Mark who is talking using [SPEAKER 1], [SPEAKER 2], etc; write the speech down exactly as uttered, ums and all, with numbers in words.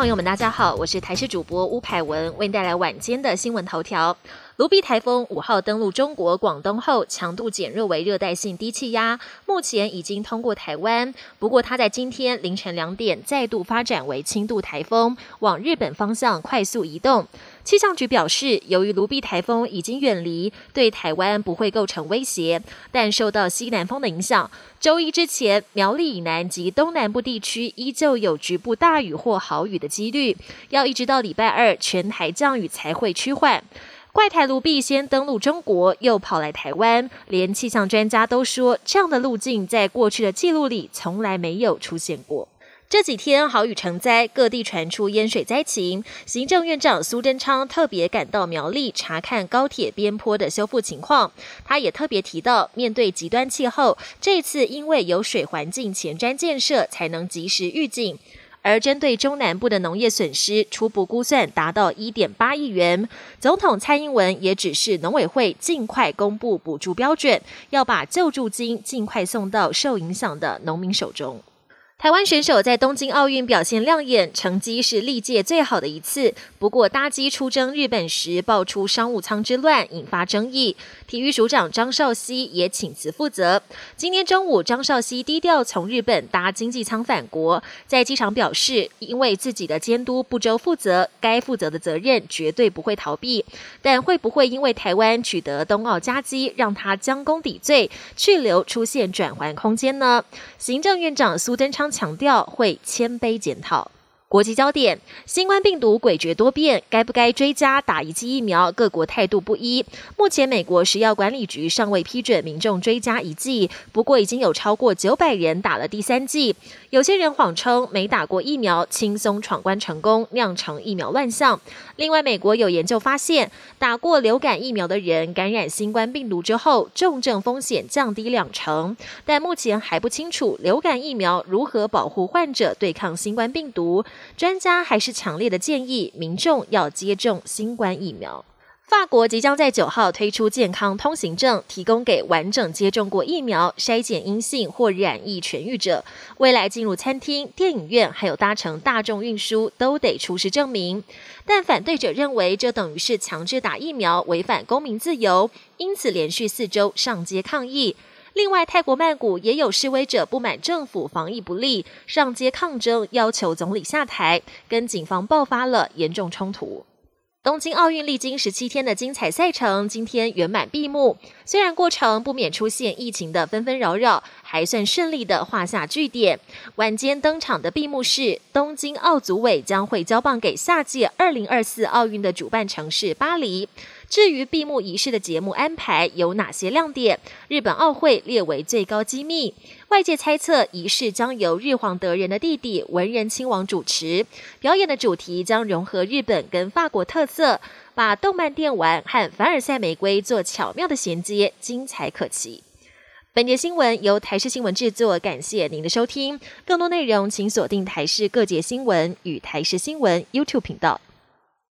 [SPEAKER 1] 朋友们，大家好，我是台视主播吴凯文，为您带来晚间的新闻头条。卢碧台风五号登陆中国广东后，强度减弱为热带性低气压，目前已经通过台湾。不过，它在今天凌晨两点再度发展为轻度台风，往日本方向快速移动。气象局表示，由于卢碧台风已经远离，对台湾不会构成威胁，但受到西南风的影响，周一之前，苗栗以南及东南部地区依旧有局部大雨或豪雨的几率，要一直到礼拜二，全台降雨才会趋缓。怪台卢碧先登陆中国，又跑来台湾，连气象专家都说，这样的路径在过去的记录里从来没有出现过。这几天豪雨成灾，各地传出淹水灾情。行政院长苏贞昌特别赶到苗栗查看高铁边坡的修复情况。他也特别提到，面对极端气候，这次因为有水环境前瞻建设，才能及时预警。而针对中南部的农业损失，初步估算达到 一点八亿元。总统蔡英文也指示农委会尽快公布补助标准，要把救助金尽快送到受影响的农民手中。台湾选手在东京奥运表现亮眼，成绩是历届最好的一次。不过搭机出征日本时爆出商务舱之乱，引发争议。体育署长张少熙也请辞负责。今天中午，张少熙低调从日本搭经济舱返国，在机场表示，因为自己的监督不周负责，该负责的责任绝对不会逃避。但会不会因为台湾取得冬奥佳绩，让他将功抵罪，去留出现转圜空间呢？行政院长苏贞昌强调会谦卑检讨。国际焦点：新冠病毒诡谲多变，该不该追加打一剂疫苗？各国态度不一。目前，美国食药管理局尚未批准民众追加一剂，不过已经有超过九百人打了第三剂。有些人谎称没打过疫苗，轻松闯关成功，酿成疫苗乱象。另外，美国有研究发现，打过流感疫苗的人感染新冠病毒之后，重症风险降低两成。但目前还不清楚流感疫苗如何保护患者对抗新冠病毒。专家还是强烈的建议民众要接种新冠疫苗。法国即将在九号推出健康通行证，提供给完整接种过疫苗、筛检阴性或染疫痊愈者，未来进入餐厅、电影院还有搭乘大众运输都得出示证明。但反对者认为这等于是强制打疫苗，违反公民自由，因此连续四周上街抗议。另外，泰国曼谷也有示威者不满政府防疫不力，上街抗争，要求总理下台，跟警方爆发了严重冲突。东京奥运历经十七天的精彩赛程，今天圆满闭幕。虽然过程不免出现疫情的纷纷扰扰，还算顺利的画下句点。晚间登场的闭幕式，东京奥组委将会交棒给下届二零二四奥运的主办城市巴黎。至于闭幕仪式的节目安排有哪些亮点，日本奥会列为最高机密。外界猜测仪式将由日皇德仁的弟弟文仁亲王主持，表演的主题将融合日本跟法国特色，把动漫电玩和凡尔赛玫瑰做巧妙的衔接，精彩可期。本节新闻由台视新闻制作，感谢您的收听。更多内容请锁定台视各节新闻与台视新闻 YouTube 频道。